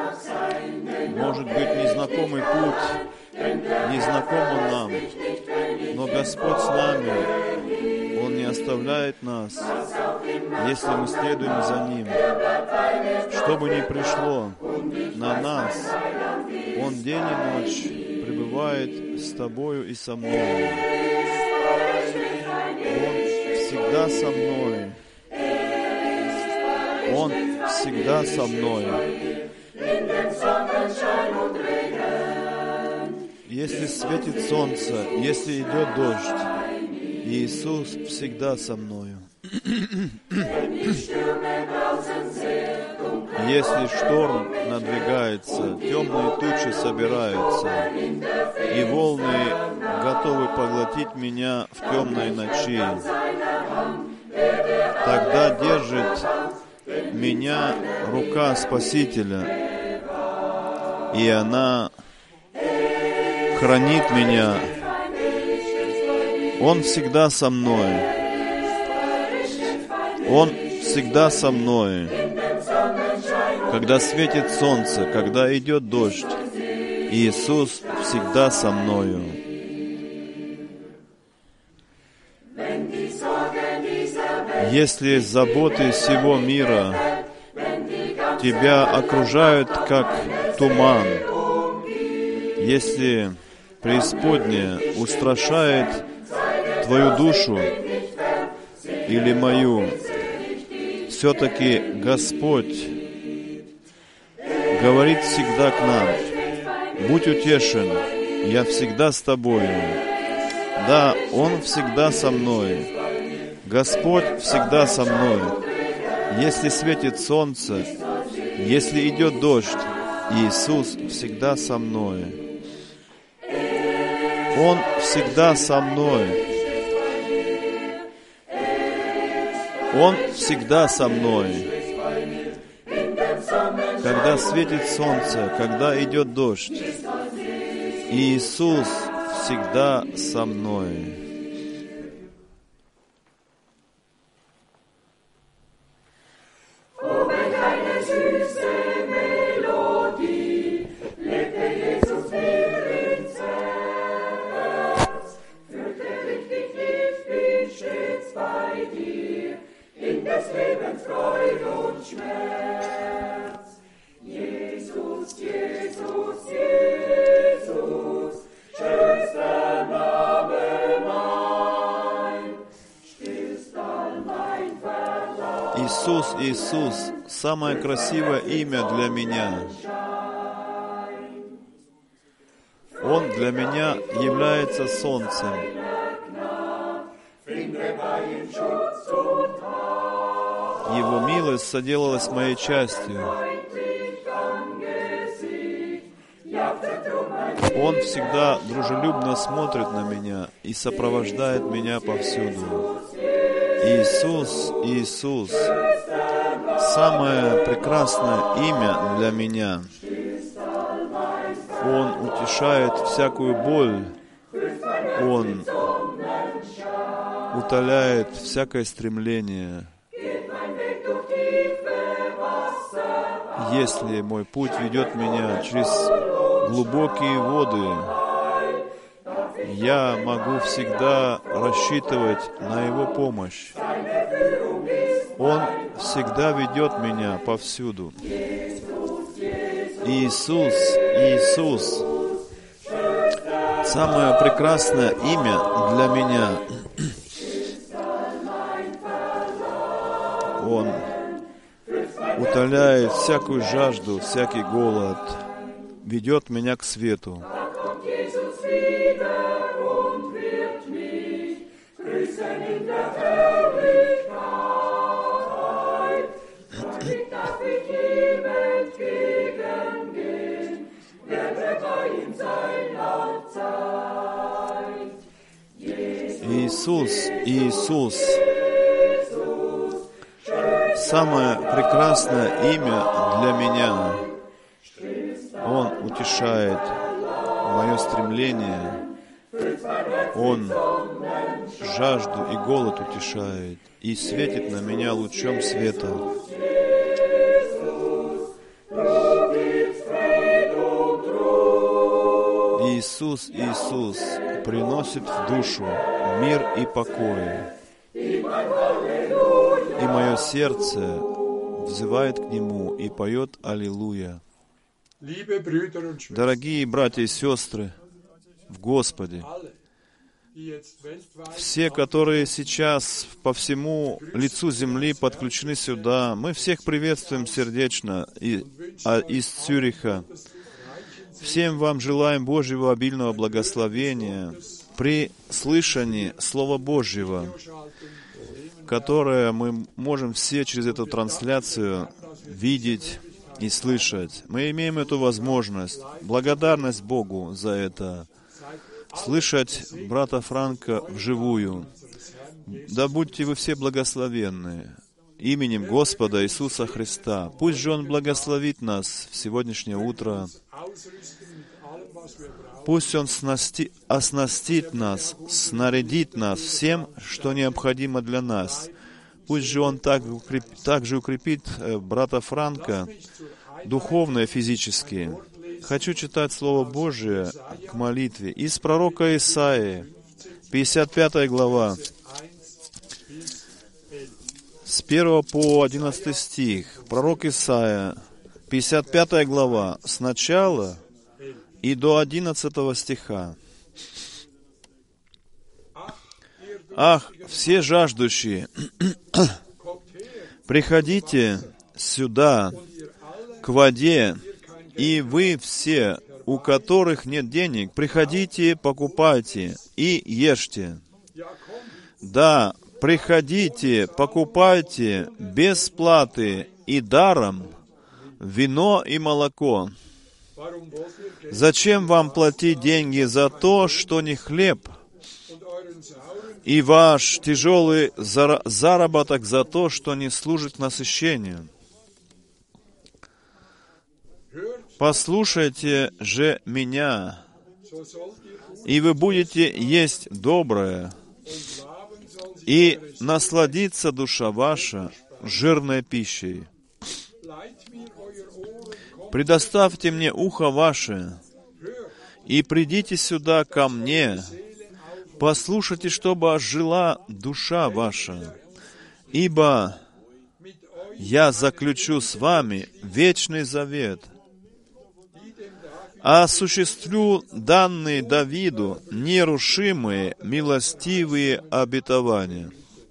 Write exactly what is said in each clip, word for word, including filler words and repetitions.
Может быть, незнакомый путь, незнаком он нам, но Господь с нами, Он не оставляет нас, если мы следуем за Ним. Что бы ни пришло на нас, Он день и ночь пребывает с тобою и со мной. Он всегда со мной. Он всегда со мной. Если светит солнце, если идет дождь, Иисус всегда со мною. Если шторм надвигается, темные тучи собираются, и волны готовы поглотить меня в темной ночи, тогда держит меня рука Спасителя, и она хранит меня. Он всегда со мной. Он всегда со мной. Когда светит солнце, когда идет дождь, Иисус всегда со мною. Если заботы всего мира тебя окружают, как туман, если преисподняя устрашает твою душу или мою, все-таки Господь говорит всегда к нам: будь утешен, я всегда с тобою. Да, Он всегда со мной. Господь всегда со мной. Если светит солнце, если идет дождь, Иисус всегда со мной. Он всегда со мной. Он всегда со мной. Когда светит солнце, когда идет дождь, Иисус всегда со мной. Иисус, Иисус, самое красивое имя для меня. Он для меня является солнцем. Его милость соделалась моей частью. Он всегда дружелюбно смотрит на меня и сопровождает меня повсюду. Иисус, Иисус, самое прекрасное имя для меня. Он утешает всякую боль. Он утоляет всякое стремление. Если мой путь ведет меня через глубокие воды, я могу всегда рассчитывать на Его помощь. Он всегда ведет меня повсюду. Иисус, Иисус, самое прекрасное имя для меня. Он утоляет всякую жажду, всякий голод, ведет меня к свету. Иисус, Иисус, самое прекрасное имя для меня. Он утешает мое стремление. Он жажду и голод утешает и светит на меня лучом света. Иисус, Иисус приносит в душу мир и покой. И мое сердце взывает к Нему и поет Аллилуйя. Дорогие братья и сестры в Господе, все, которые сейчас по всему лицу земли подключены сюда, мы всех приветствуем сердечно и, а, из Цюриха. Всем вам желаем Божьего обильного благословения при слышании Слова Божьего, которое мы можем все через эту трансляцию видеть и слышать. Мы имеем эту возможность. Благодарность Богу за это. Слышать брата Франка вживую. Да будьте вы все благословенны именем Господа Иисуса Христа. Пусть же Он благословит нас в сегодняшнее утро. Пусть Он снасти, оснастит нас, снарядит нас всем, что необходимо для нас. Пусть же Он так, укреп, также укрепит э, брата Франка духовно и физически. Хочу читать Слово Божие к молитве из пророка Исаии, пятьдесят пятая глава, с первого по одиннадцатый стих. Пророк Исаия, пятьдесят пятая глава, с начала и до одиннадцатого стиха. «Ах, все жаждущие, приходите сюда, к воде, и вы все, у которых нет денег, приходите, покупайте и ешьте. Да, приходите, покупайте без платы и даром вино и молоко. Зачем вам платить деньги за то, что не хлеб, и ваш тяжелый заработок за то, что не служит насыщению? Послушайте же меня, и вы будете есть доброе, и насладится душа ваша жирной пищей. Предоставьте мне ухо ваше, и придите сюда ко мне. Послушайте, чтобы ожила душа ваша, ибо я заключу с вами вечный завет, осуществлю данные Давиду нерушимые, милостивые обетования.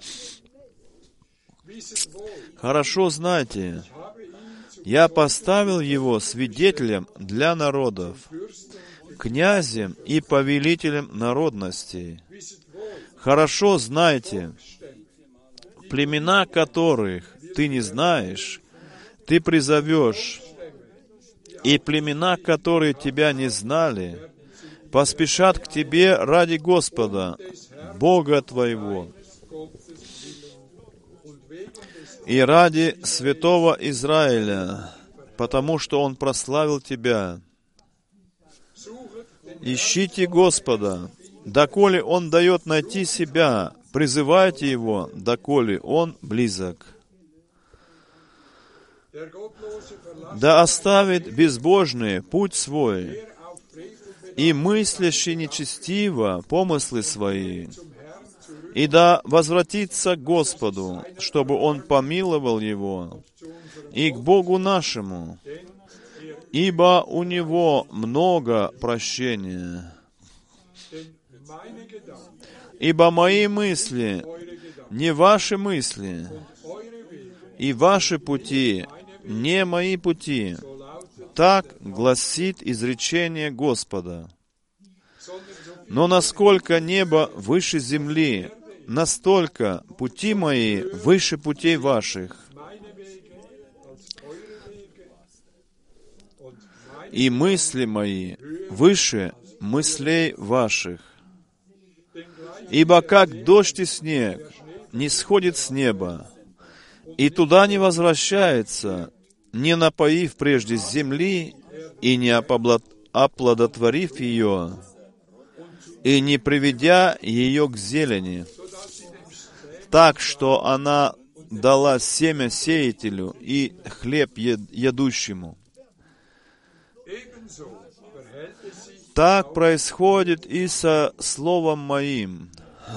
Хорошо знайте, я поставил его свидетелем для народов, князем и повелителем народностей. Хорошо знайте, племена которых ты не знаешь, ты призовешь, и племена, которые тебя не знали, поспешат к тебе ради Господа, Бога твоего, и ради святого Израиля, потому что Он прославил тебя. Ищите Господа, доколе Он дает найти себя, призывайте Его, доколе Он близок. Да оставит безбожный путь свой, и мыслящий нечестиво помыслы свои, и да возвратится к Господу, чтобы Он помиловал его, и к Богу нашему, ибо у Него много прощения. Ибо мои мысли не ваши мысли, и ваши пути не мои пути. Так гласит изречение Господа. Но насколько небо выше земли, настолько пути мои выше путей ваших, и мысли мои выше мыслей ваших. Ибо как дождь и снег не сходит с неба, и туда не возвращается, не напоив прежде земли и не оплодотворив ее, и не приведя ее к зелени, так что она дала семя сеятелю и хлеб едущему. Так происходит и со Словом Моим,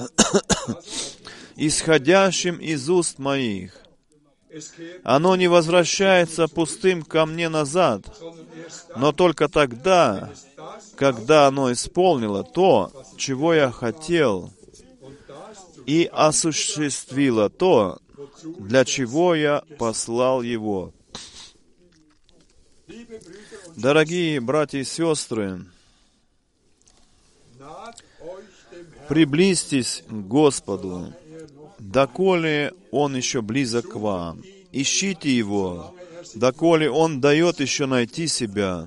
исходящим из уст Моих. Оно не возвращается пустым ко мне назад, но только тогда, когда оно исполнило то, чего я хотел, и осуществило то, для чего я послал его. Дорогие братья и сестры, приблизьтесь к Господу, доколе Он еще близок к вам. Ищите Его, доколе Он дает еще найти себя.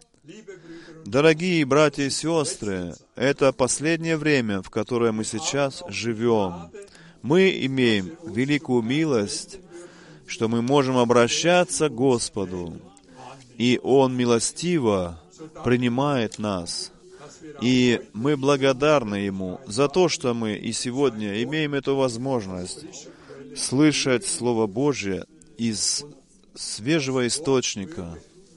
Дорогие братья и сестры, это последнее время, в которое мы сейчас живем. Мы имеем великую милость, что мы можем обращаться к Господу, и Он милостиво принимает нас. И мы благодарны Ему за то, что мы и сегодня имеем эту возможность слышать Слово Божье из свежего источника.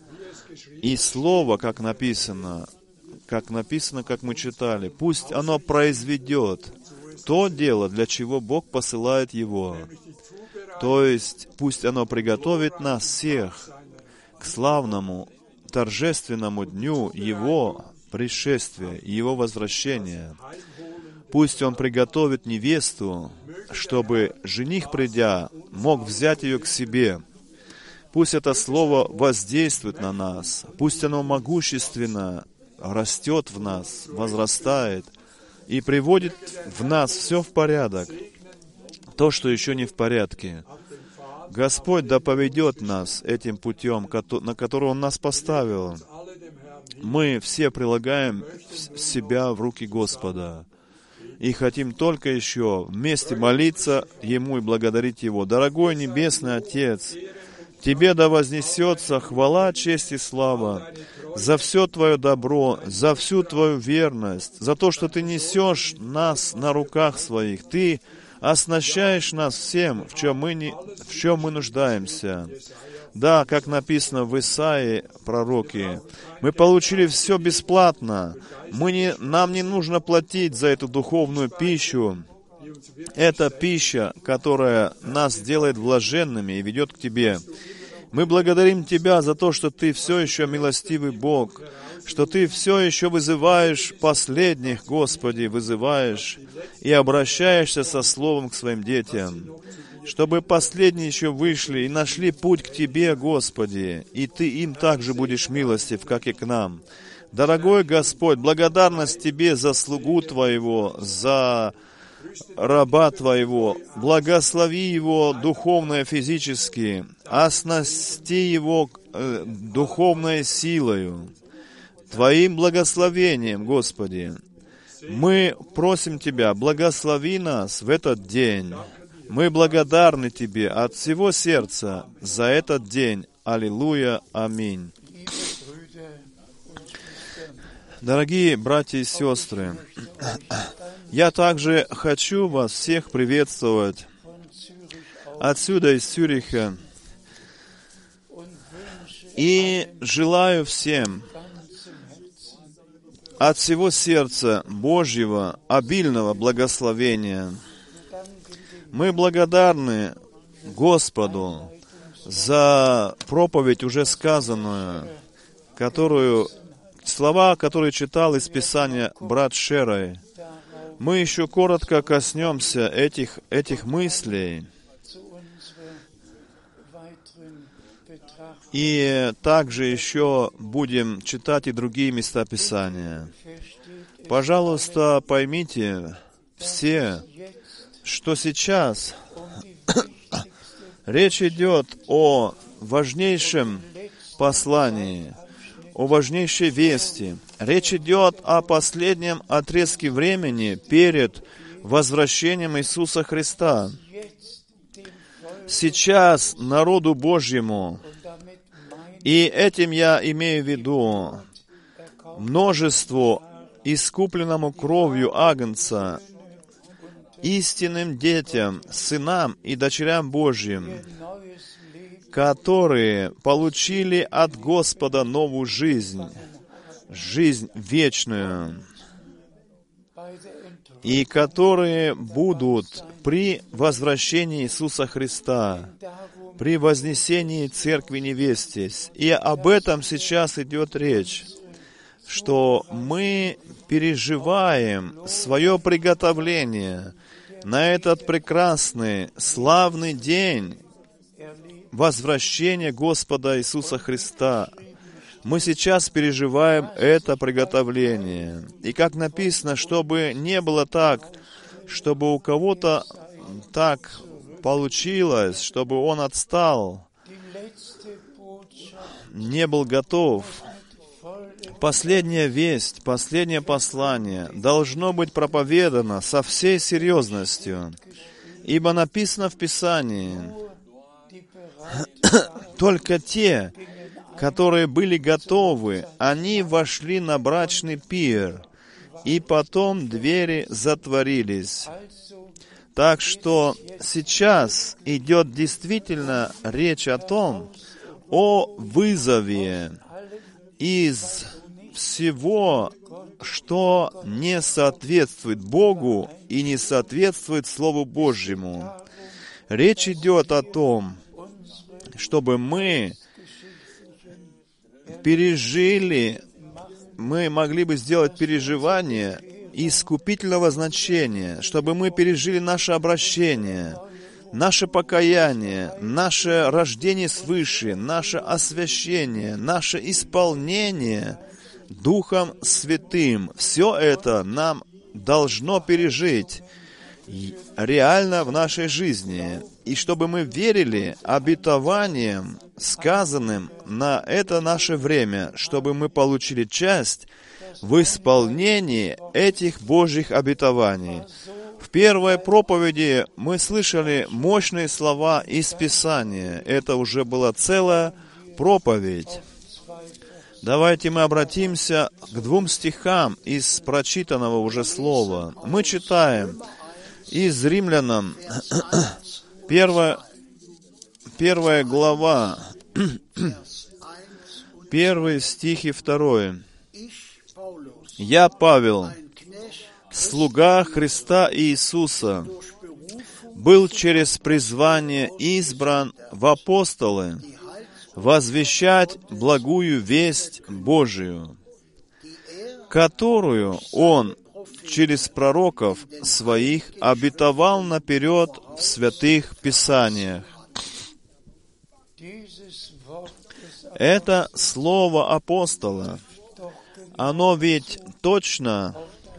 И Слово, как написано, как написано, как мы читали, пусть оно произведет то дело, для чего Бог посылает его. То есть, пусть оно приготовит нас всех к славному, торжественному дню Его пришествия, Его возвращения. Пусть Он приготовит невесту, чтобы жених, придя, мог взять ее к себе. Пусть это Слово воздействует на нас. Пусть оно могущественно растет в нас, возрастает и приводит в нас все в порядок. То, что еще не в порядке. Господь да поведет нас этим путем, на который Он нас поставил. Мы все прилагаем себя в руки Господа и хотим только еще вместе молиться Ему и благодарить Его. Дорогой Небесный Отец, Тебе да вознесется хвала, честь и слава за все Твое добро, за всю Твою верность, за то, что Ты несешь нас на руках Своих. Ты оснащаешь нас всем, в чем мы, не, в чем мы нуждаемся. Да, как написано в Исаии, пророке, мы получили все бесплатно. Мы не, нам не нужно платить за эту духовную пищу. Это пища, которая нас делает блаженными и ведет к Тебе. Мы благодарим Тебя за то, что Ты все еще милостивый Бог, что Ты все еще вызываешь последних, Господи, вызываешь и обращаешься со Словом к Своим детям, чтобы последние еще вышли и нашли путь к Тебе, Господи, и Ты им также будешь милостив, как и к нам. Дорогой Господь, благодарность Тебе за слугу Твоего, за раба Твоего, благослови его духовно и физически, оснасти его э, духовной силою, Твоим благословением, Господи. Мы просим Тебя, благослови нас в этот день. Мы благодарны Тебе от всего сердца за этот день. Аллилуйя, аминь. Дорогие братья и сестры, я также хочу вас всех приветствовать отсюда, из Цюриха, и желаю всем от всего сердца Божьего обильного благословения. Мы благодарны Господу за проповедь, уже сказанную, которую, слова, которые читал из Писания брат Шерай. Мы еще коротко коснемся этих, этих мыслей. И также еще будем читать и другие места Писания. Пожалуйста, поймите все, что сейчас речь идет о важнейшем послании, о важнейшей вести. Речь идет о последнем отрезке времени перед возвращением Иисуса Христа. Сейчас народу Божьему, и этим я имею в виду множеству искупленному кровью Агнца, истинным детям, сынам и дочерям Божьим, которые получили от Господа новую жизнь, жизнь вечную, и которые будут при возвращении Иисуса Христа, при вознесении Церкви Невесте. И об этом сейчас идет речь, что мы переживаем свое приготовление на этот прекрасный, славный день возвращения Господа Иисуса Христа. Мы сейчас переживаем это приготовление. И как написано, чтобы не было так, чтобы у кого-то так получилось, чтобы он отстал, не был готов. Последняя весть, последнее послание должно быть проповедано со всей серьезностью, ибо написано в Писании, только те, которые были готовы, они вошли на брачный пир, и потом двери затворились. Так что сейчас идет действительно речь о том, о вызове из всего, что не соответствует Богу и не соответствует Слову Божьему. Речь идет о том, чтобы мы пережили, мы могли бы сделать переживание искупительного значения, чтобы мы пережили наше обращение, наше покаяние, наше рождение свыше, наше освящение, наше исполнение Духом Святым. Все это нам должно пережить реально в нашей жизни. И чтобы мы верили обетованиям, сказанным на это наше время, чтобы мы получили часть в исполнении этих Божьих обетований. В первой проповеди мы слышали мощные слова из Писания. Это уже была целая проповедь. Давайте мы обратимся к двум стихам из прочитанного уже слова. Мы читаем из Римлянам, первая, первая глава, первый стих и второй. «Я, Павел, слуга Христа Иисуса, был через призвание избран в апостолы, возвещать благую весть Божию, которую Он через пророков своих обетовал наперед в святых Писаниях». Это слово апостола, оно ведь точно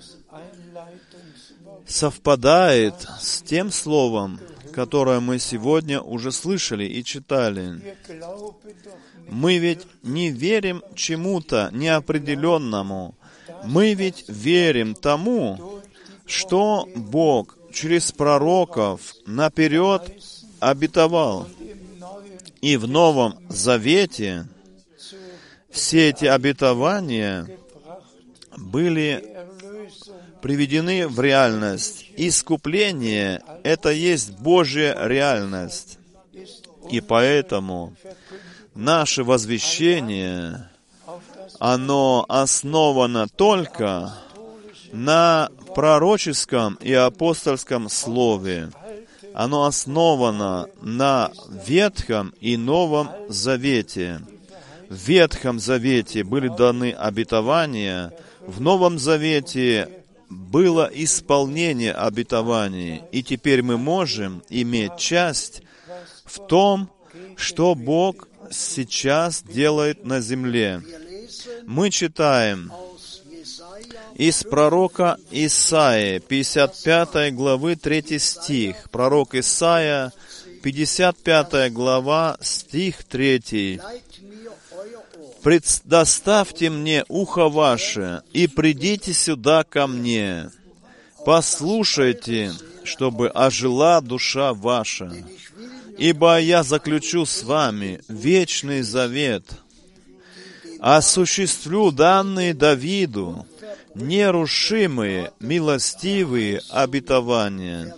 совпадает с тем словом, которое мы сегодня уже слышали и читали. Мы ведь не верим чему-то неопределенному. Мы ведь верим тому, что Бог через пророков наперед обетовал. И в Новом Завете все эти обетования были приведены в реальность. Искупление — это есть Божья реальность. И поэтому наше возвещение, оно основано только на пророческом и апостольском слове. Оно основано на Ветхом и Новом Завете. В Ветхом Завете были даны обетования, в Новом Завете было исполнение обетований, и теперь мы можем иметь часть в том, что Бог сейчас делает на земле. Мы читаем из пророка Исаии, пятьдесят пятой главы, третий стих. Пророк Исаия, пятьдесят пятая глава, стих третий. «Предоставьте мне ухо ваше, и придите сюда ко мне. Послушайте, чтобы ожила душа ваша. Ибо я заключу с вами вечный завет, осуществлю данные Давиду нерушимые, милостивые обетования».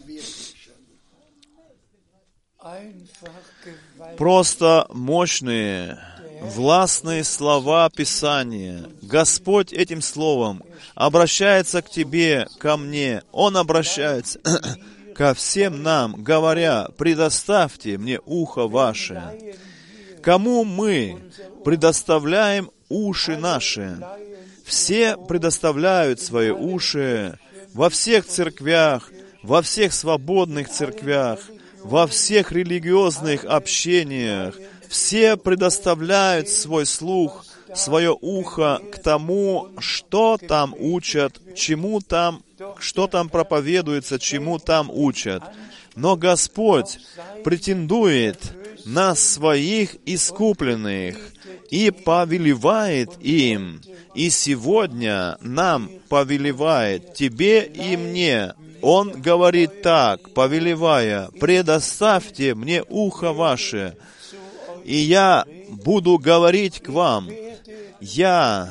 Просто мощные властные слова Писания. Господь этим словом обращается к тебе, ко мне. Он обращается ко всем нам, говоря: предоставьте мне ухо ваше. Кому мы предоставляем уши наши? Все предоставляют свои уши во всех церквях, во всех свободных церквях, во всех религиозных общениях. Все предоставляют свой слух, свое ухо к тому, что там учат, чему там, что там проповедуется, чему там учат. Но Господь претендует на своих искупленных и повелевает им. И сегодня нам повелевает, тебе и мне. Он говорит так, повелевая: предоставьте мне ухо ваше, и я буду говорить к вам. Я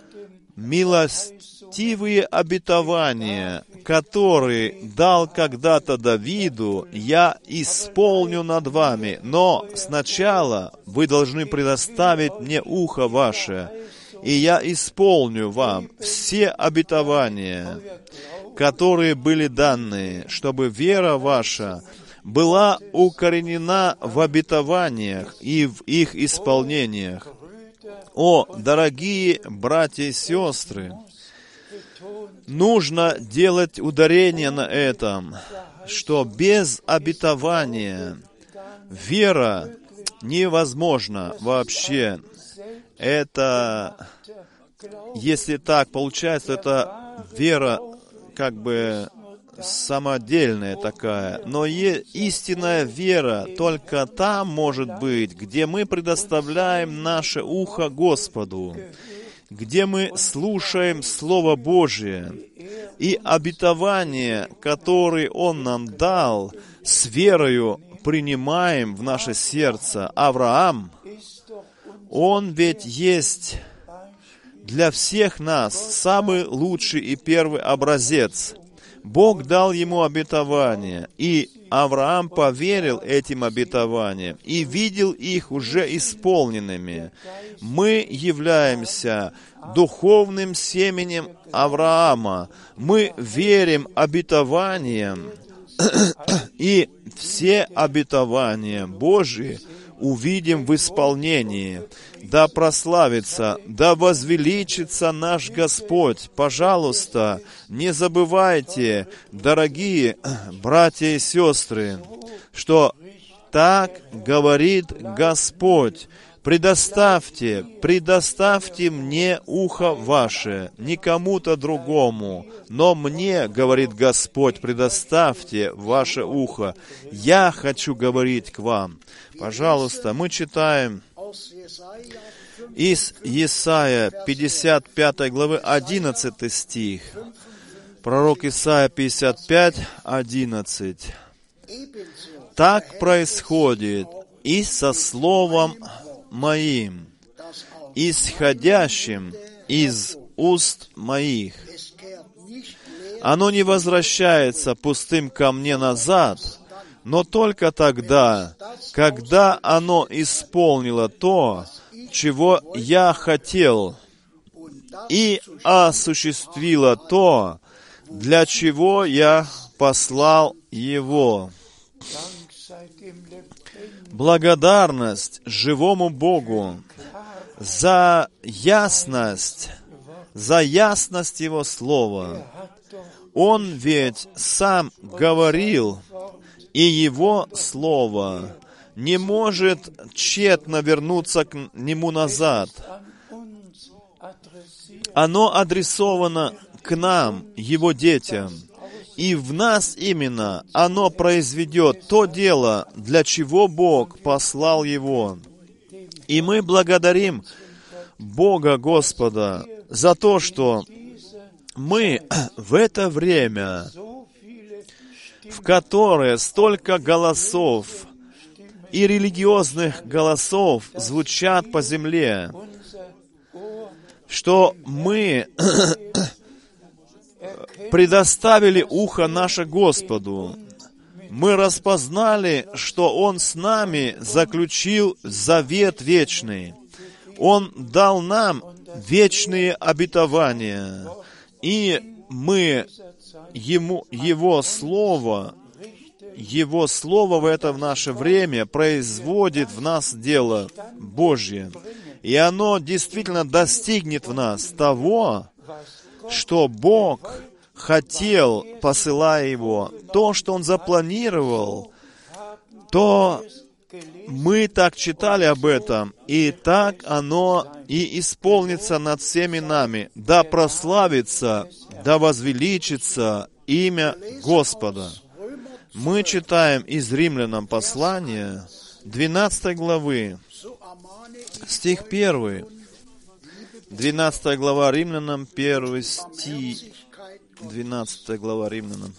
милостивые обетования, которые дал когда-то Давиду, я исполню над вами. Но сначала вы должны предоставить мне ухо ваше, и я исполню вам все обетования, которые были даны, чтобы вера ваша была укоренена в обетованиях и в их исполнениях. О, дорогие братья и сестры, нужно делать ударение на этом, что без обетования вера невозможна вообще. Это, если так получается, это вера как бы самодельная такая. Но е- истинная вера только там может быть, где мы предоставляем наше ухо Господу, где мы слушаем Слово Божие и обетование, которое Он нам дал, с верою принимаем в наше сердце. Авраам, он ведь есть для всех нас самый лучший и первый образец. Бог дал ему обетование, и Авраам поверил этим обетованиям и видел их уже исполненными. Мы являемся духовным семенем Авраама. Мы верим обетованиям, и все обетования Божьи увидим в исполнении. Да прославится, да возвеличится наш Господь. Пожалуйста, не забывайте, дорогие братья и сестры, что так говорит Господь. Предоставьте, предоставьте мне ухо ваше, не кому-то другому, но мне, говорит Господь, предоставьте ваше ухо. Я хочу говорить к вам. Пожалуйста, мы читаем из Исаия пятьдесят пятой главы одиннадцатый стих. Пророк Исаия пятьдесят пять, одиннадцать. Так происходит и со словом моим, исходящим из уст моих. Оно не возвращается пустым ко мне назад, но только тогда, когда оно исполнило то, чего я хотел, и осуществило то, для чего я послал его. Благодарность живому Богу за ясность, за ясность Его Слова. Он ведь сам говорил, и Его Слово не может тщетно вернуться к Нему назад. Оно адресовано к нам, Его детям. И в нас именно оно произведет то дело, для чего Бог послал его. И мы благодарим Бога Господа за то, что мы в это время, в которое столько голосов и религиозных голосов звучат по земле, что мы предоставили ухо наше Господу. Мы распознали, что Он с нами заключил завет вечный. Он дал нам вечные обетования, и мы Ему, Его Слово, Его Слово в это в наше время производит в нас дело Божье. И оно действительно достигнет в нас того, что Бог хотел, посылая Его, то, что Он запланировал, то мы так читали об этом, и так оно и исполнится над всеми нами. Да прославится, да возвеличится имя Господа. Мы читаем из Римлянам послание, двенадцатой главы, стих первый. двенадцатая глава Римлянам, первый стих. двенадцатая глава Римлянам.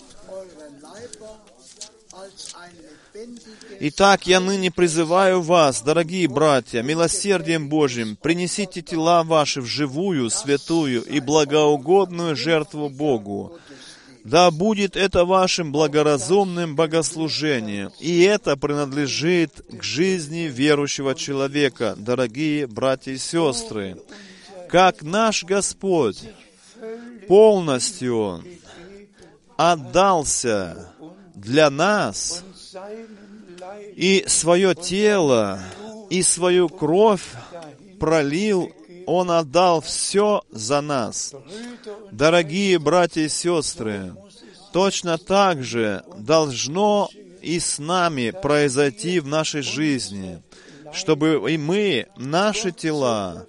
«Итак, я ныне призываю вас, дорогие братья, милосердием Божьим, принесите тела ваши в живую, святую и благоугодную жертву Богу. Да будет это вашим благоразумным богослужением, и это принадлежит к жизни верующего человека, дорогие братья и сестры. Как наш Господь полностью отдался для нас, и свое тело, и свою кровь пролил, Он отдал все за нас. Дорогие братья и сестры, точно так же должно и с нами произойти в нашей жизни, чтобы и мы, наши тела,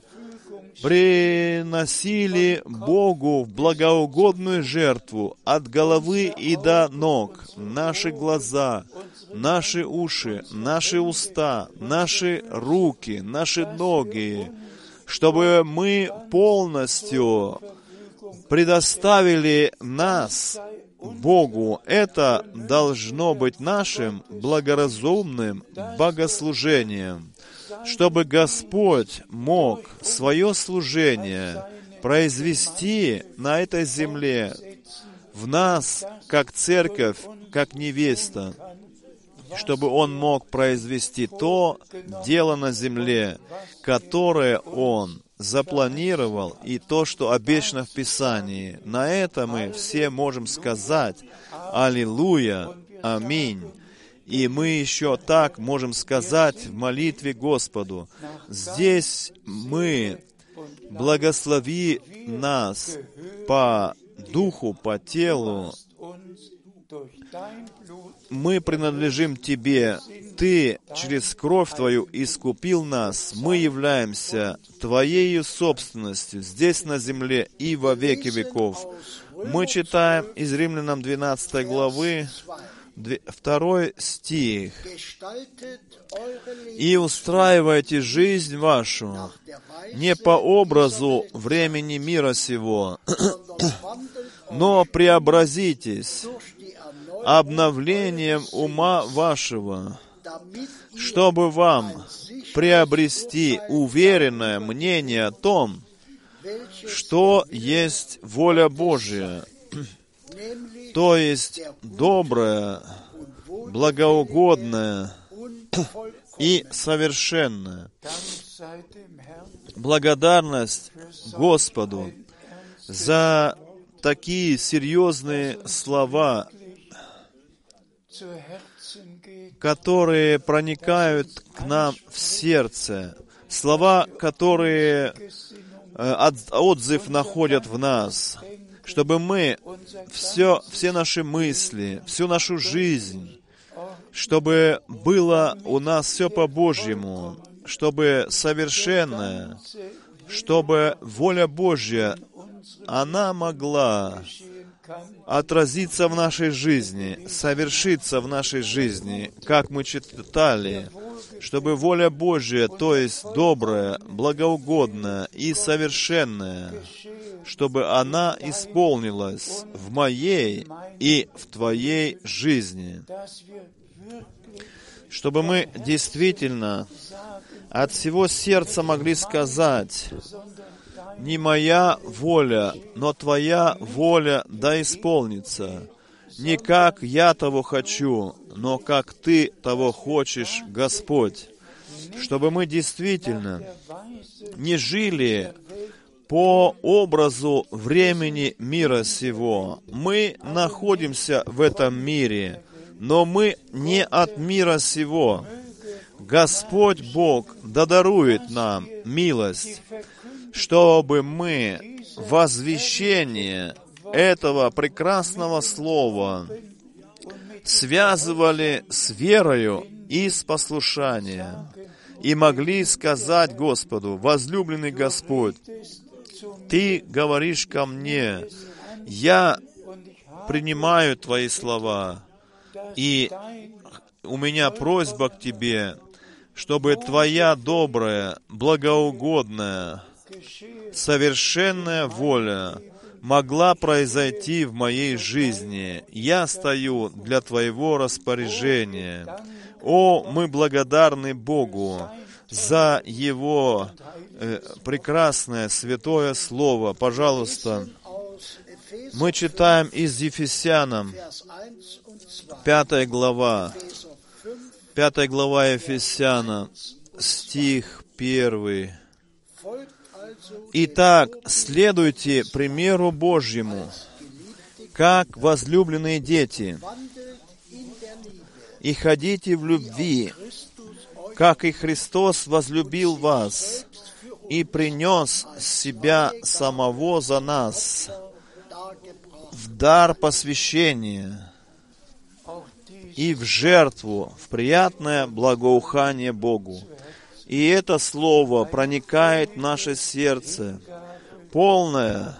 приносили Богу в благоугодную жертву от головы и до ног, наши глаза, наши уши, наши уста, наши руки, наши ноги, чтобы мы полностью предоставили нас Богу. Это должно быть нашим благоразумным богослужением, чтобы Господь мог свое служение произвести на этой земле в нас, как церковь, как невеста, чтобы Он мог произвести то дело на земле, которое Он запланировал, и то, что обещано в Писании. На это мы все можем сказать «Аллилуйя! Аминь!» И мы еще так можем сказать в молитве Господу: «Здесь мы, благослови нас по духу, по телу. Мы принадлежим Тебе. Ты через кровь Твою искупил нас. Мы являемся Твоею собственностью здесь на земле и во веки веков». Мы читаем из Римлянам двенадцатой главы, второй стих. «И устраивайте жизнь вашу не по образу времени мира сего, но преобразитесь обновлением ума вашего, чтобы вам приобрести уверенное мнение о том, что есть воля Божия, то есть добрая, благоугодная и совершенная». Благодарность Господу за такие серьезные слова, которые проникают к нам в сердце, слова, которые отзыв находят в нас, чтобы мы все, все наши мысли, всю нашу жизнь, чтобы было у нас все по-божьему, чтобы совершенное, чтобы воля Божья, она могла отразиться в нашей жизни, совершиться в нашей жизни, как мы читали, чтобы воля Божья, то есть добрая, благоугодная и совершенная, чтобы она исполнилась в моей и в твоей жизни, чтобы мы действительно от всего сердца могли сказать: «Не моя воля, но Твоя воля да исполнится. Не как я того хочу, но как Ты того хочешь, Господь». чтобы мы действительно не жили по образу времени мира сего. Мы находимся в этом мире, но мы не от мира сего. Господь Бог да дарует нам милость, чтобы мы возвещение этого прекрасного слова связывали с верою и с послушанием, и могли сказать Господу: возлюбленный Господь, Ты говоришь ко мне, я принимаю Твои слова, и у меня просьба к Тебе, чтобы Твоя добрая, благоугодная, совершенная воля могла произойти в моей жизни. Я стою для Твоего распоряжения. О, мы благодарны Богу за Его э, прекрасное святое Слово. Пожалуйста, мы читаем из Ефесянам, пятая глава, пятая глава Ефесянам, стих первый. Итак, следуйте примеру Божьему, как возлюбленные дети, и ходите в любви, как и Христос возлюбил вас и принес себя самого за нас в дар посвящения и в жертву, в приятное благоухание Богу. И это слово проникает в наше сердце, полное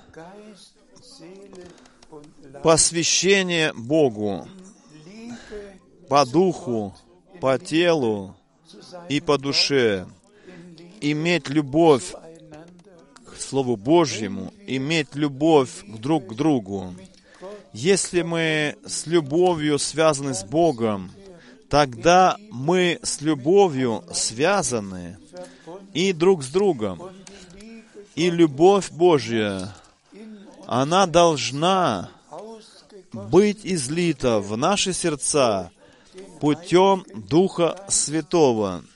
посвящение Богу по духу, по телу и по душе. Иметь любовь к Слову Божьему, иметь любовь друг к другу. Если мы с любовью связаны с Богом, тогда мы с любовью связаны и друг с другом. И любовь Божья, она должна быть излита в наши сердца путем Духа Святого.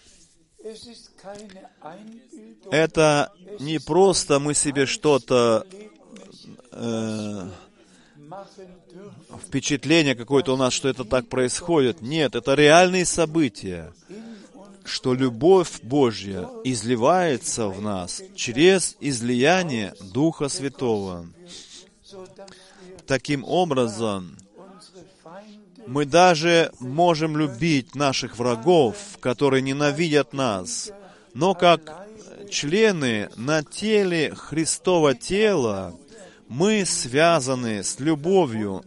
Это не просто мы себе что-то, э, впечатление какое-то у нас, что это так происходит. Нет, это реальные события, что любовь Божья изливается в нас через излияние Духа Святого. Таким образом, мы даже можем любить наших врагов, которые ненавидят нас, но как члены на теле Христова тела мы связаны с любовью.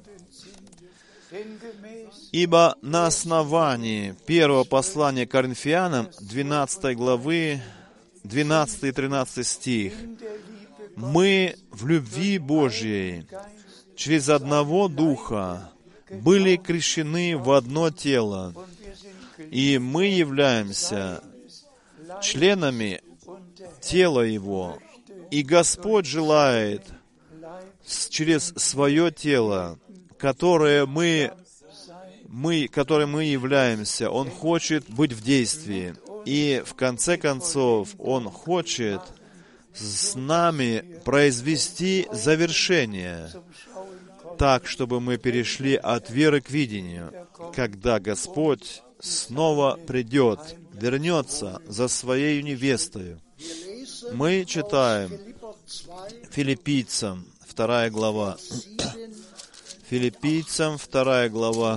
Ибо на основании первого послания к Коринфянам, двенадцатой главы, двенадцатый и тринадцатый стих, мы в любви Божьей через одного Духа были крещены в одно тело, и мы являемся членами тела Его. И Господь желает через свое тело, которое мы, мы, которым мы являемся, Он хочет быть в действии. И в конце концов, Он хочет с нами произвести завершение, так, чтобы мы перешли от веры к видению, когда Господь снова придет, вернется за Своей невестою. Мы читаем Филиппийцам, вторая глава. Филиппийцам, вторая глава,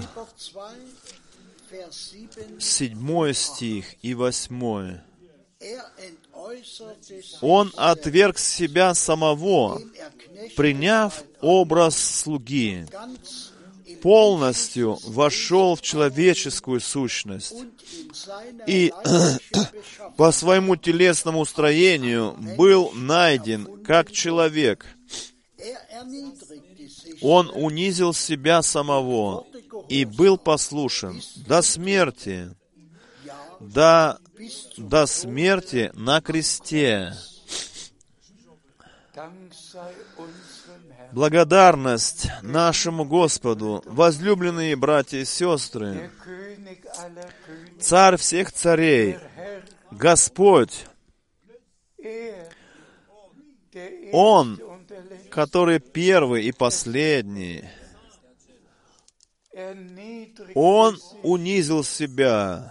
седьмой стих и восьмой. Он отверг себя самого, приняв образ слуги, полностью вошел в человеческую сущность и по своему телесному строению был найден как человек. Он унизил себя самого и был послушен до смерти, до, до смерти на кресте. Благодарность нашему Господу, возлюбленные братья и сестры, Царь всех царей, Господь, Он, который первый и последний, Он унизил себя,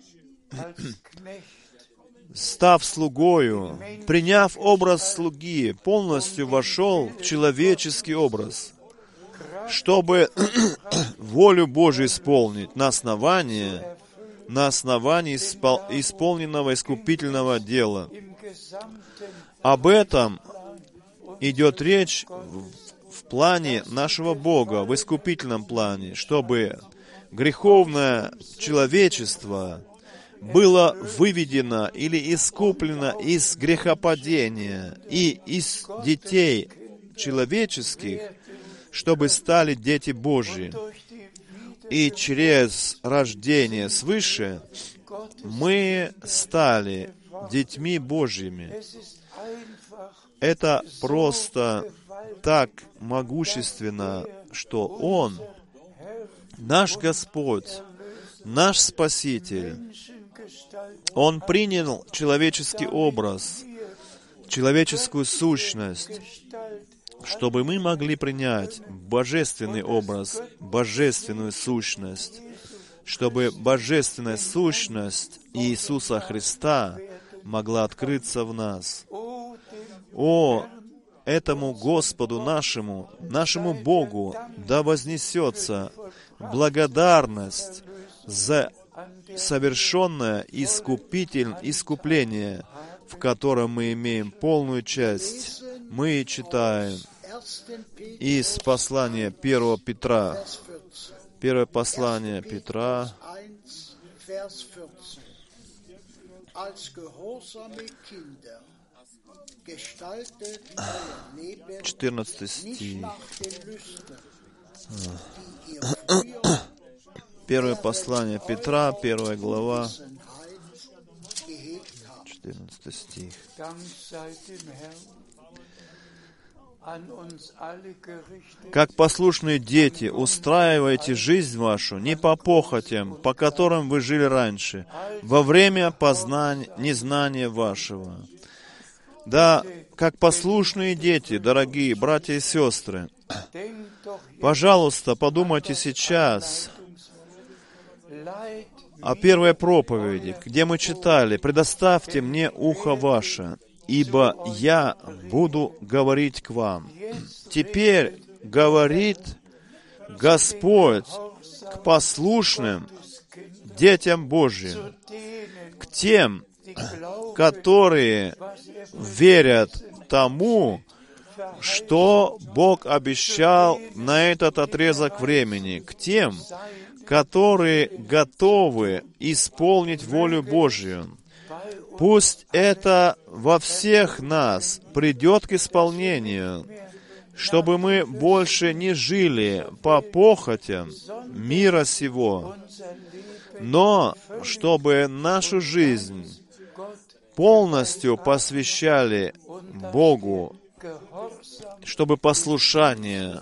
став слугою, приняв образ слуги, полностью вошел в человеческий образ, чтобы волю Божию исполнить на основании, на основании испол- исполненного искупительного дела. Об этом идет речь в, в плане нашего Бога, в искупительном плане, чтобы греховное человечество было выведено или искуплено из грехопадения и из детей человеческих, чтобы стали дети Божьи. И через рождение свыше мы стали детьми Божьими. Это просто так могущественно, что Он, наш Господь, наш Спаситель, Он принял человеческий образ, человеческую сущность, чтобы мы могли принять божественный образ, божественную сущность, чтобы божественная сущность Иисуса Христа могла открыться в нас. О, этому Господу нашему, нашему Богу, да вознесется благодарность за совершенное искупитель, искупление, в котором мы имеем полную часть. Мы читаем из послания первого Петра, первое послание Петра, четырнадцатый стих. Первое послание Петра, первая глава, четырнадцатый стих. Как послушные дети, устраивайте жизнь вашу не по похотям, по которым вы жили раньше, во время познания, незнания вашего. Да, как послушные дети, дорогие братья и сестры, пожалуйста, подумайте сейчас о первой проповеди, где мы читали: «Предоставьте мне ухо ваше, ибо я буду говорить к вам». Теперь говорит Господь к послушным детям Божьим, к тем, которые верят тому, что Бог обещал на этот отрезок времени, к тем, которые готовы исполнить волю Божью. Пусть это во всех нас придет к исполнению, чтобы мы больше не жили по похотям мира сего, но чтобы нашу жизнь полностью посвящали Богу, чтобы послушание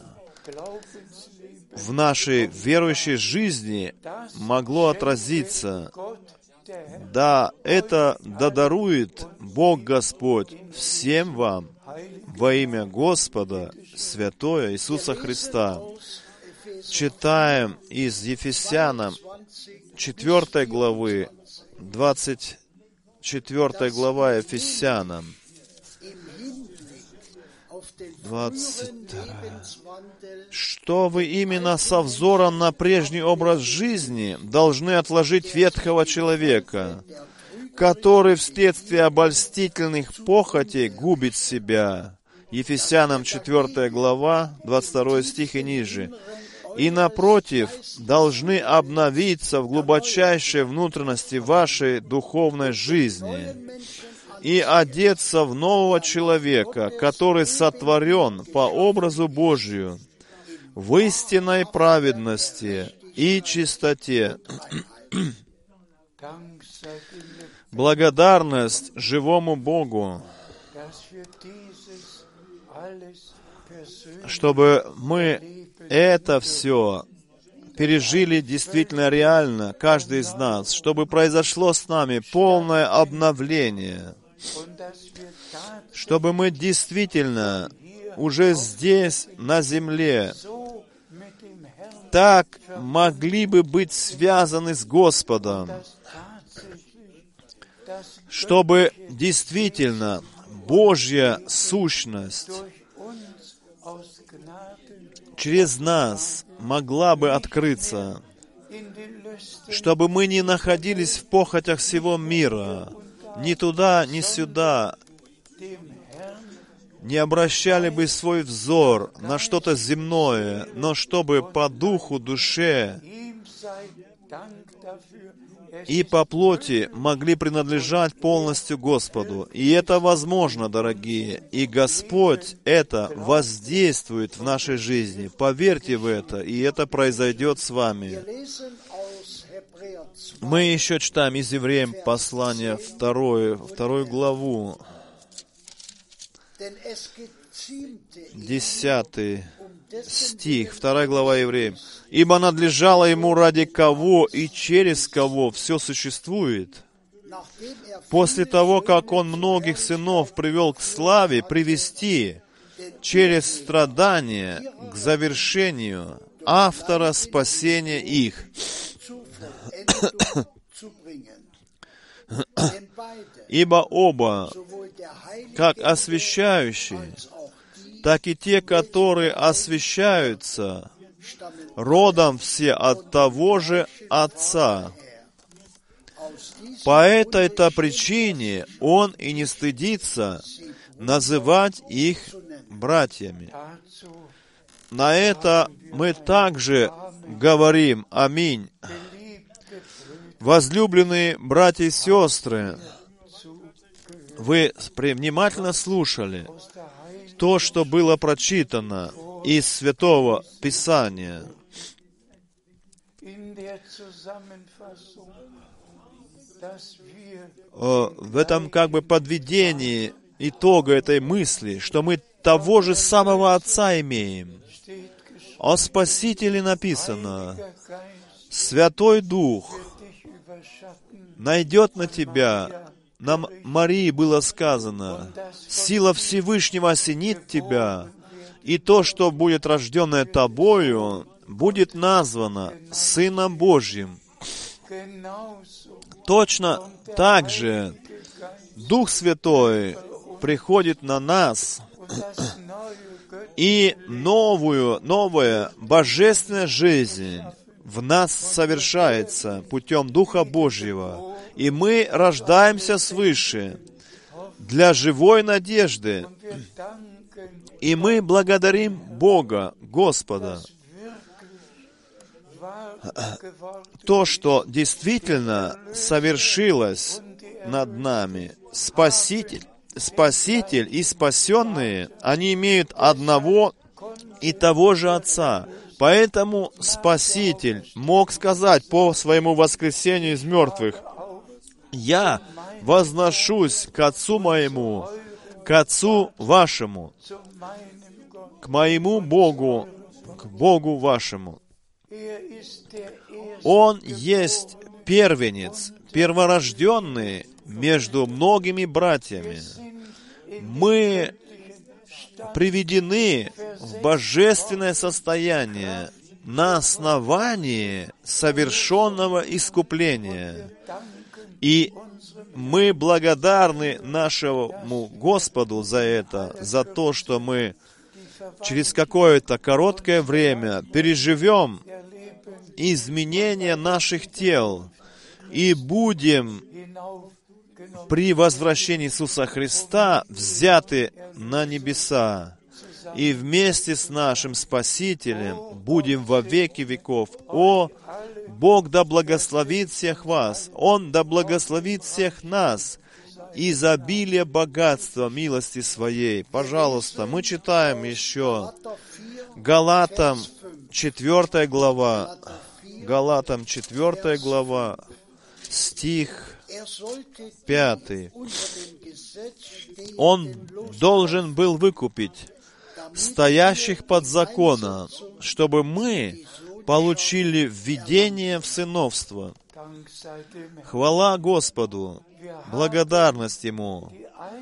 в нашей верующей жизни могло отразиться. Да, это додарует Бог Господь всем вам во имя Господа Святое Иисуса Христа. Читаем из Ефесянам четвёртой главы, двадцать четвёртая глава Ефесянам, двадцать вторая. Что вы именно со взором на прежний образ жизни должны отложить ветхого человека, который вследствие обольстительных похотей губит себя. Ефесянам четвёртая глава, двадцать второй стих и ниже. И, напротив, должны обновиться в глубочайшей внутренности вашей духовной жизни и одеться в нового человека, который сотворен по образу Божию, в истинной праведности и чистоте. Благодарность живому Богу, чтобы мы это все пережили действительно реально, каждый из нас, чтобы произошло с нами полное обновление, чтобы мы действительно уже здесь, на земле, так могли бы быть связаны с Господом, чтобы действительно Божья сущность через нас могла бы открыться, чтобы мы не находились в похотях всего мира, ни туда, ни сюда, не обращали бы свой взор на что-то земное, но чтобы по духу, душе и по плоти могли принадлежать полностью Господу. И это возможно, дорогие. И Господь это воздействует в нашей жизни. Поверьте в это, и это произойдет с вами. Мы еще читаем из Евреям послание второе, вторую главу, десятый стих, вторая глава Евреям. «Ибо надлежало ему, ради кого и через кого все существует, после того, как он многих сынов привел к славе, привести через страдания к завершению автора спасения их». Ибо оба, как освящающие, так и те, которые освящаются, родом все от того же Отца. По этой-то причине Он и не стыдится называть их братьями. На это мы также говорим «Аминь». Возлюбленные братья и сестры, вы внимательно слушали то, что было прочитано из Святого Писания. В этом как бы подведении итога этой мысли, что мы того же самого Отца имеем. О Спасителе написано: Святой Дух найдет на тебя. Нам Марии было сказано: сила Всевышнего осенит тебя, и то, что будет рожденное тобою, будет названо Сыном Божьим. Точно так же Дух Святой приходит на нас, и новую, новая божественная жизнь в нас совершается путем Духа Божьего. И мы рождаемся свыше для живой надежды. И мы благодарим Бога, Господа. То, что действительно совершилось над нами, Спаситель, Спаситель и спасенные, они имеют одного и того же Отца. Поэтому Спаситель мог сказать по своему воскресению из мертвых: «Я возношусь к Отцу моему, к Отцу вашему, к моему Богу, к Богу вашему». Он есть первенец, перворожденный между многими братьями. Мы приведены в божественное состояние на основании совершенного искупления. И мы благодарны нашему Господу за это, за то, что мы через какое-то короткое время переживем изменение наших тел и будем при возвращении Иисуса Христа взяты на небеса. И вместе с нашим Спасителем будем во веки веков. О, Бог да благословит всех вас, Он да благословит всех нас, изобилие богатства милости Своей. Пожалуйста, мы читаем еще Галатам четвёртая глава, Галатам четвёртая глава, стих пятый. Он должен был выкупить стоящих под законом, чтобы мы получили введение в сыновство. Хвала Господу, благодарность Ему.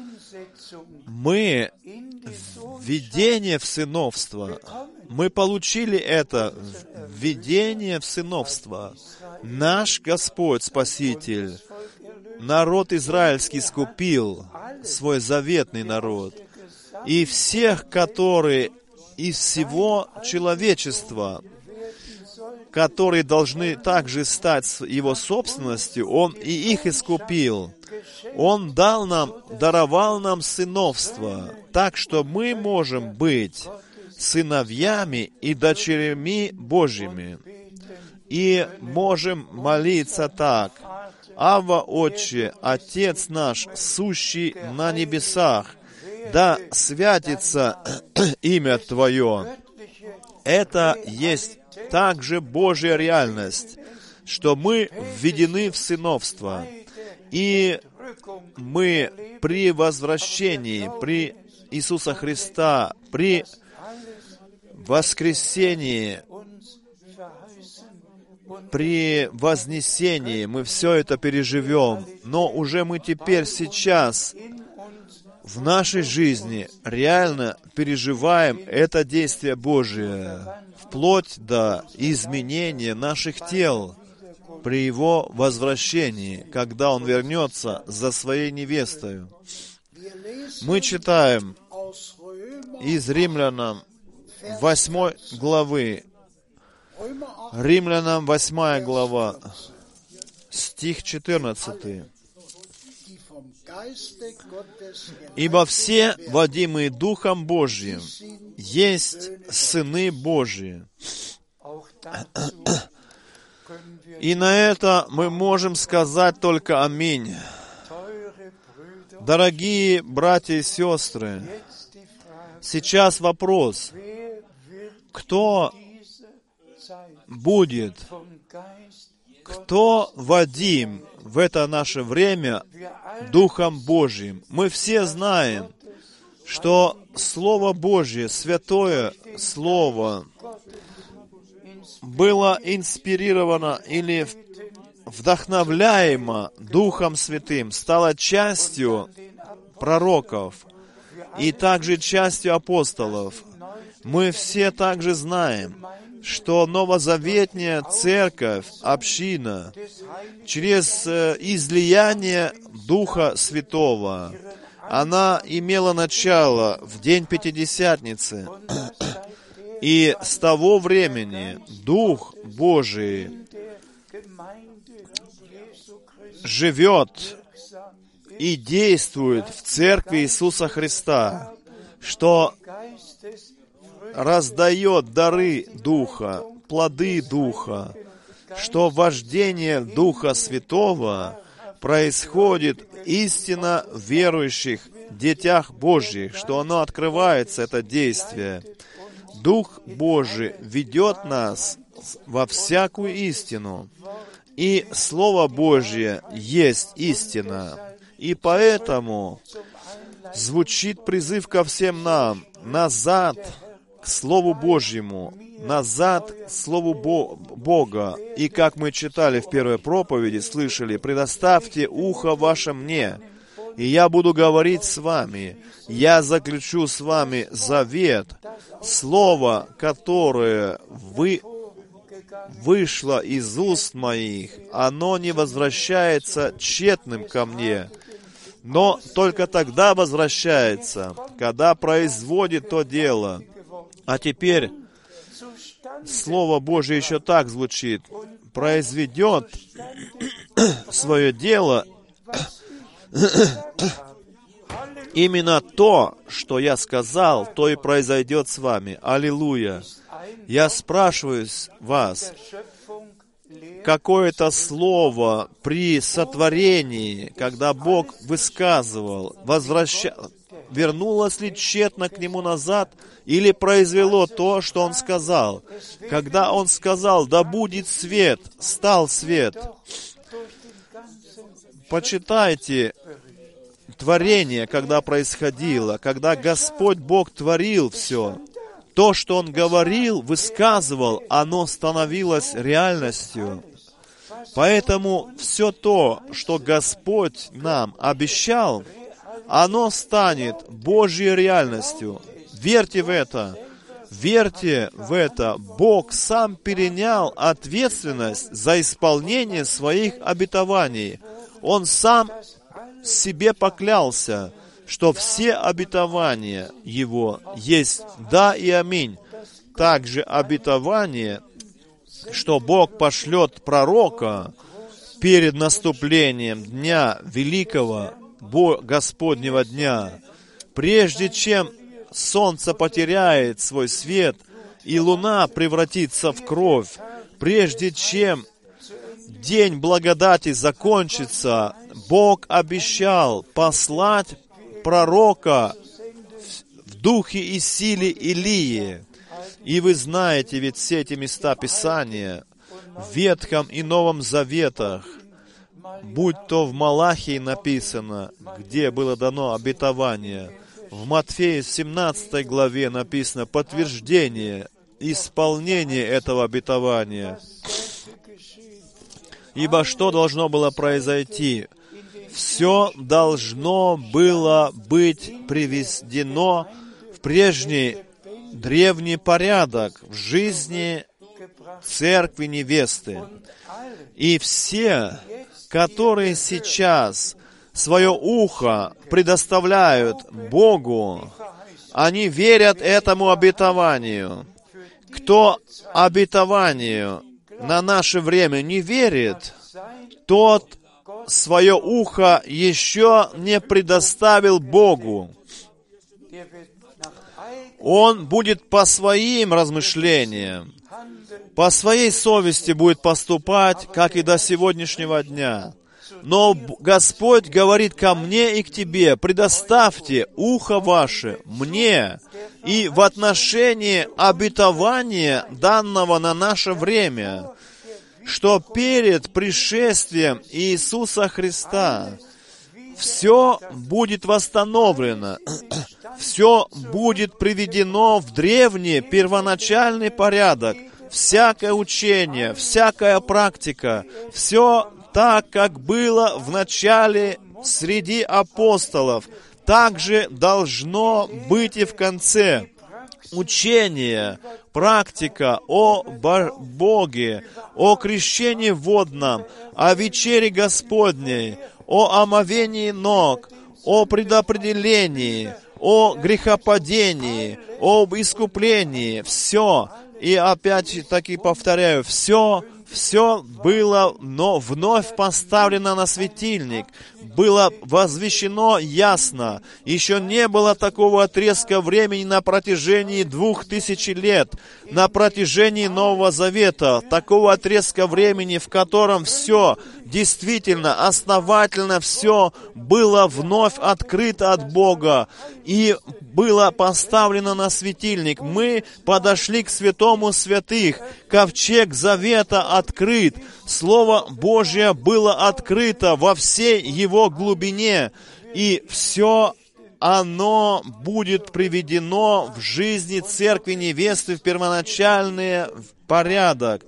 Мы введение в сыновство. Мы получили это введение в сыновство. Наш Господь Спаситель, народ израильский скупил, свой заветный народ. И всех, которые из всего человечества, которые должны также стать его собственностью, Он и их искупил. Он дал нам, даровал нам сыновство, так что мы можем быть сыновьями и дочерями Божьими. И можем молиться так: «Авва, Отче, Отец наш, сущий на небесах, да святится имя Твое». Это есть также Божья реальность, что мы введены в сыновство. И мы при возвращении, при Иисуса Христа, при воскресении, при вознесении, мы все это переживем. Но уже мы теперь, сейчас, в нашей жизни реально переживаем это действие Божие, вплоть до изменения наших тел при Его возвращении, когда Он вернется за Своей невестой. Мы читаем из Римлянам восьмой главы, Римлянам восьмая глава, стих четырнадцатый. «Ибо все, водимые Духом Божьим, есть сыны Божьи». И на это мы можем сказать только «Аминь». Дорогие братья и сестры, сейчас вопрос: кто будет, кто водим в это наше время Духом Божьим? Мы все знаем, что Слово Божье, Святое Слово, было инспирировано или вдохновляемо Духом Святым, стало частью пророков и также частью апостолов. Мы все также знаем, что новозаветная церковь, община, через излияние Духа Святого, она имела начало в день Пятидесятницы. И с того времени Дух Божий живет и действует в Церкви Иисуса Христа, что раздает дары Духа, плоды Духа, что вождение Духа Святого происходит истинно в верующих детях Божьих, что оно открывается, это действие. Дух Божий ведет нас во всякую истину, и Слово Божье есть истина. И поэтому звучит призыв ко всем нам назад к Слову Божьему, назад к Слову Бо- Бога. И как мы читали в первой проповеди, слышали: «Предоставьте ухо ваше мне, и я буду говорить с вами. Я заключу с вами завет». Слово, которое вы, вышло из уст моих, оно не возвращается тщетным ко мне, но только тогда возвращается, когда производит то дело. А теперь Слово Божие еще так звучит: произведет свое дело именно то, что я сказал, то и произойдет с вами. Аллилуйя! Я спрашиваю вас, какое-то слово при сотворении, когда Бог высказывал, возвращ... вернулось ли тщетно к Нему назад, или произвело то, что Он сказал? Когда Он сказал: «Да будет свет», стал свет. Почитайте творение, когда происходило, когда Господь Бог творил все, То, что Он говорил, высказывал, оно становилось реальностью. Поэтому все то, что Господь нам обещал, оно станет Божьей реальностью. Верьте в это. Верьте в это. Бог сам перенял ответственность за исполнение своих обетований. Он сам себе поклялся, что все обетования Его есть «да» и «аминь». Также обетование, что Бог пошлет пророка перед наступлением дня великого Господнего дня, прежде чем солнце потеряет свой свет и луна превратится в кровь, прежде чем день благодати закончится, Бог обещал послать пророка в духе и силе Илии. И вы знаете ведь все эти места Писания в Ветхом и Новом Заветах, будь то в Малахии написано, где было дано обетование, в Матфея семнадцатой главе написано подтверждение, исполнение этого обетования. Ибо что должно было произойти? Все должно было быть приведено в прежний древний порядок в жизни церкви невесты. И все, которые сейчас свое ухо предоставляют Богу, они верят этому обетованию. Кто обетованию на наше время не верит, тот свое ухо еще не предоставил Богу. Он будет по своим размышлениям, по своей совести будет поступать, как и до сегодняшнего дня. Но Господь говорит ко мне и к тебе: предоставьте ухо ваше мне и в отношении обетования, данного на наше время, что перед пришествием Иисуса Христа все будет восстановлено, все будет приведено в древний первоначальный порядок, всякое учение, всякая практика, все так, как было в начале среди апостолов, так же должно быть и в конце. Учение, практика о Боге, о крещении водном, о вечере Господней, о омовении ног, о предопределении, о грехопадении, об искуплении, все. И опять-таки повторяю, все, все было но вновь поставлено на светильник, было возвещено ясно. Еще не было такого отрезка времени на протяжении двух тысяч лет, на протяжении Нового Завета, такого отрезка времени, в котором все, действительно, основательно все было вновь открыто от Бога и было поставлено на светильник. Мы подошли к святому святых, ковчег завета открыт, Слово Божье было открыто во всей его глубине, и все оно будет приведено в жизни церкви невесты в первоначальный порядок.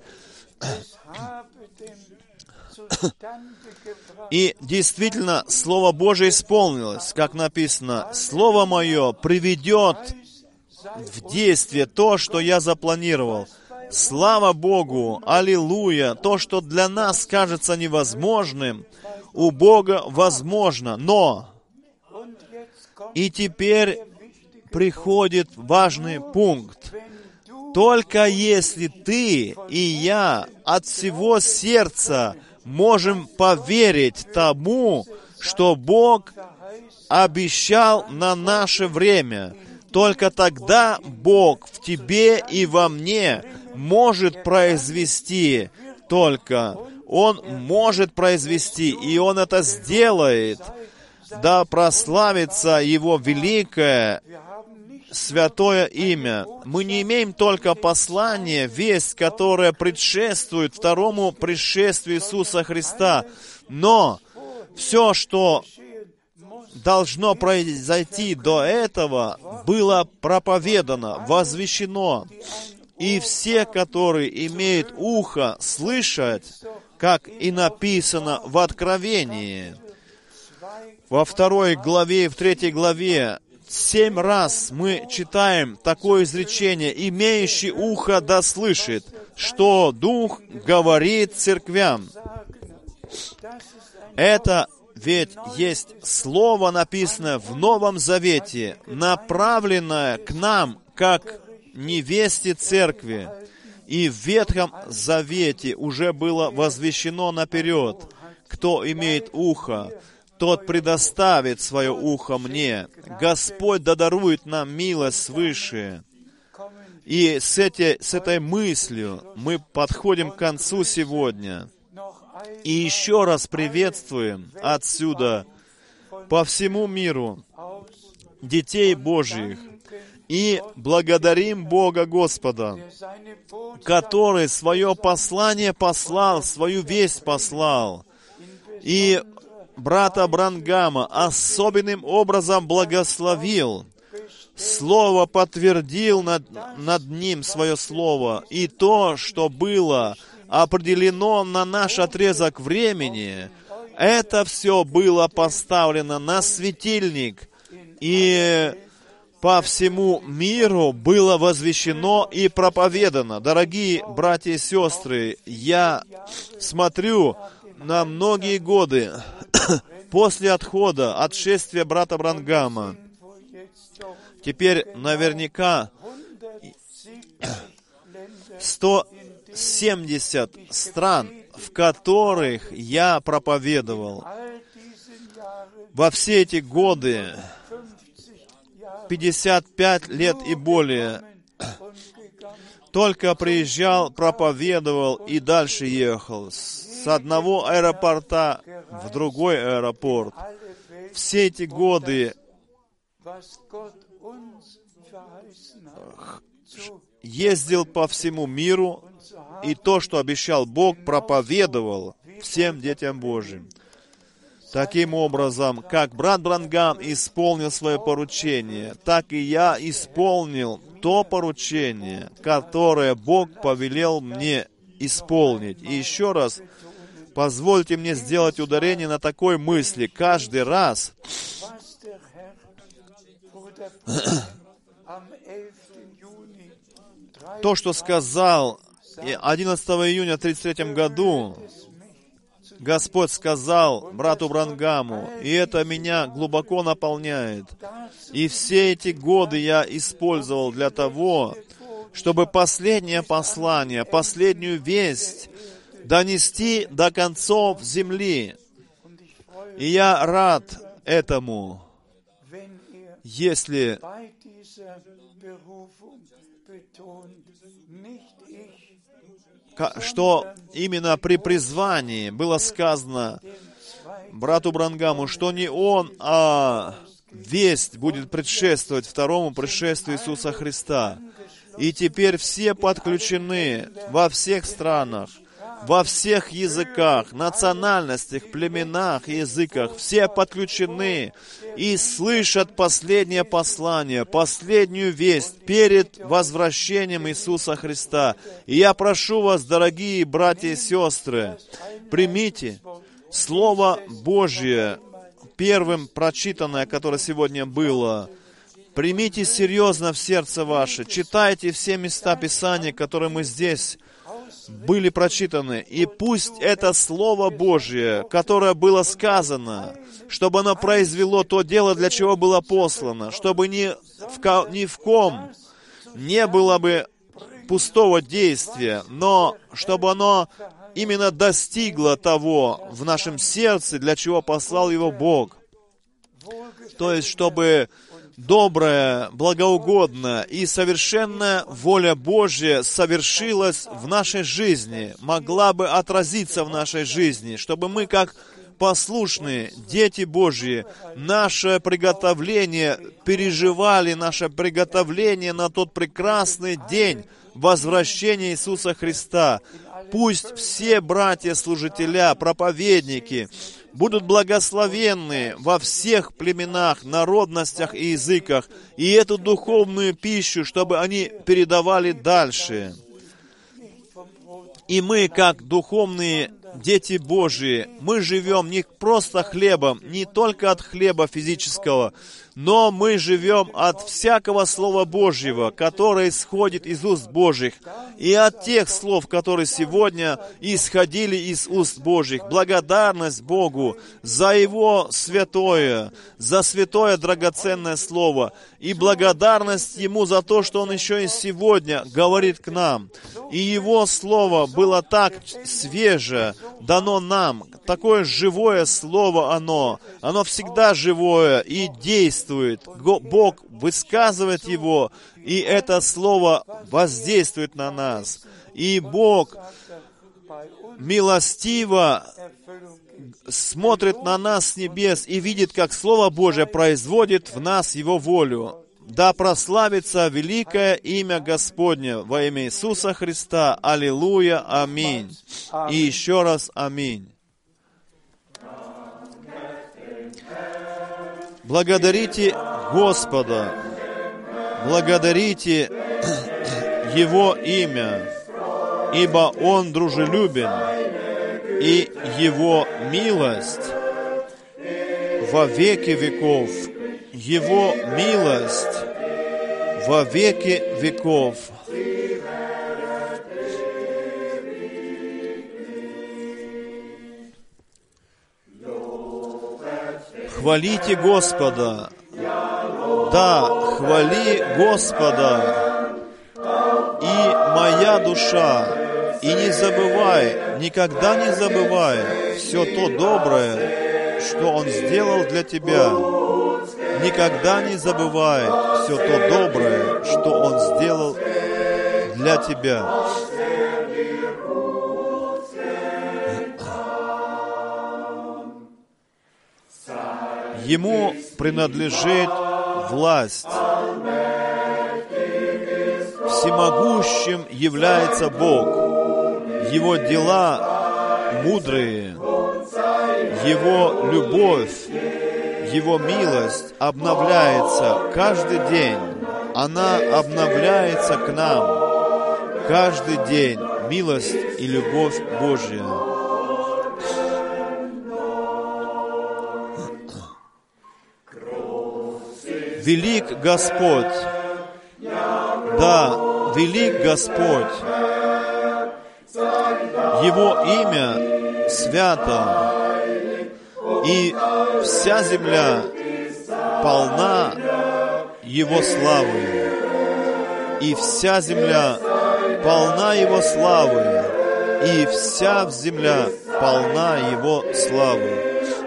И действительно, Слово Божие исполнилось, как написано: «Слово Мое приведет в действие то, что я запланировал». Слава Богу! Аллилуйя! То, что для нас кажется невозможным, у Бога возможно. Но и теперь приходит важный пункт. Только если ты и я от всего сердца можем поверить тому, что Бог обещал на наше время, только тогда Бог в тебе и во мне может произвести, только Он может произвести, и Он это сделает. Да прославится Его великое святое имя. Мы не имеем только послание, весть, которая предшествует второму пришествию Иисуса Христа, но все, что должно произойти до этого, было проповедано, возвещено. И все, которые имеют ухо слышать, как и написано в Откровении, во второй главе и в третьей главе, семь раз мы читаем такое изречение: «Имеющий ухо да слышит, что Дух говорит церквям». Это ведь есть слово, написанное в Новом Завете, направленное к нам, как невесте церкви. И в Ветхом Завете уже было возвещено наперед: «Кто имеет ухо, тот предоставит свое ухо мне». Господь да дарует нам милость свыше. И с, эти, с этой мыслью мы подходим к концу сегодня. И еще раз приветствуем отсюда по всему миру детей Божьих. И благодарим Бога Господа, который свое послание послал, свою весть послал. И брата Бранхама особенным образом благословил. Слово подтвердил над, над ним свое слово. И то, что было определено на наш отрезок времени, это все было поставлено на светильник. И по всему миру было возвещено и проповедано. Дорогие братья и сестры, я смотрю на многие годы после отхода, отшествия брата Бранхама. Теперь наверняка сто семьдесят стран, в которых я проповедовал. Во все эти годы, пятьдесят пять лет и более, только приезжал, проповедовал и дальше ехал. С одного аэропорта в другой аэропорт. Все эти годы ездил по всему миру, и то, что обещал Бог, проповедовал всем детям Божьим. Таким образом, как брат Бранхам исполнил свое поручение, так и я исполнил то поручение, которое Бог повелел мне исполнить. И еще раз, позвольте мне сделать ударение на такой мысли. Каждый раз то, что сказал одиннадцатого июня тридцать третьем году, Господь сказал брату Бранхаму, и это меня глубоко наполняет. И все эти годы я использовал для того, чтобы последнее послание, последнюю весть донести до концов земли. И я рад этому, если что именно при призвании было сказано брату Бранхаму, что не он, а весть будет предшествовать второму пришествию Иисуса Христа. И теперь все подключены во всех странах, во всех языках, национальностях, племенах, языках. Все подключены и слышат последнее послание, последнюю весть перед возвращением Иисуса Христа. И я прошу вас, дорогие братья и сестры, примите Слово Божье, первым прочитанное, которое сегодня было. Примите серьезно в сердце ваше. Читайте все места Писания, которые мы здесь были прочитаны. И пусть это Слово Божье, которое было сказано, чтобы оно произвело то дело, для чего было послано, чтобы ни в, ко, ни в ком не было бы пустого действия, но чтобы оно именно достигло того в нашем сердце, для чего послал его Бог. То есть, чтобы добрая, благоугодная и совершенная воля Божья совершилась в нашей жизни, могла бы отразиться в нашей жизни, чтобы мы, как послушные дети Божьи, наше приготовление, переживали наше приготовление на тот прекрасный день возвращения Иисуса Христа. Пусть все братья-служителя, проповедники, будут благословенны во всех племенах, народностях и языках, и эту духовную пищу, чтобы они передавали дальше. И мы, как духовные дети Божии, мы живем не просто хлебом, не только от хлеба физического, но мы живем от всякого Слова Божьего, которое исходит из уст Божьих, и от тех слов, которые сегодня исходили из уст Божьих. Благодарность Богу за Его святое, за святое драгоценное Слово, и благодарность Ему за то, что Он еще и сегодня говорит к нам. И Его Слово было так свежее, дано нам, такое живое Слово оно, оно всегда живое и действует. Бог высказывает его, и это Слово воздействует на нас. И Бог милостиво смотрит на нас с небес и видит, как Слово Божие производит в нас Его волю. Да прославится великое имя Господне во имя Иисуса Христа. Аллилуйя, аминь. И еще раз аминь. Благодарите Господа, благодарите Его имя, ибо Он дружелюбен, и Его милость во веки веков. Его милость во веки веков. Хвалите Господа. Да, хвали Господа. И моя душа. И не забывай, никогда не забывай все то доброе, что Он сделал для тебя. Никогда не забывай все то доброе, что Он сделал для тебя. Ему принадлежит власть. Всемогущим является Бог. Его дела мудрые. Его любовь, Его милость обновляется каждый день. Она обновляется к нам каждый день. Милость и любовь Божья. Велик Господь. Да, велик Господь. Его имя свято. И вся земля полна Его славы. И вся земля полна Его славы. И вся земля полна Его славы.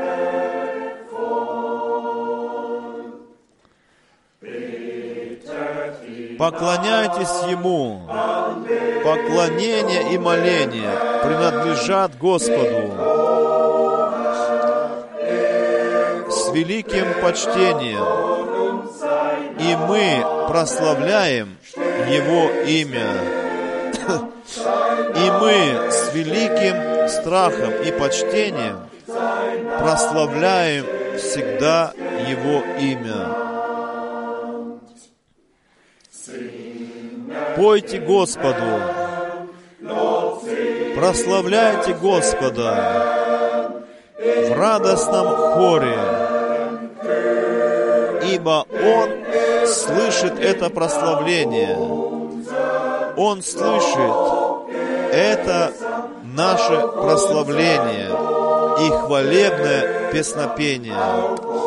Поклоняйтесь Ему. Поклонение и моление принадлежат Господу. С великим почтением. И мы прославляем Его имя. И мы с великим страхом и почтением прославляем всегда Его имя. Пойте Господу, прославляйте Господа в радостном хоре, ибо Он слышит это прославление. Он слышит это наше прославление и хвалебное песнопение.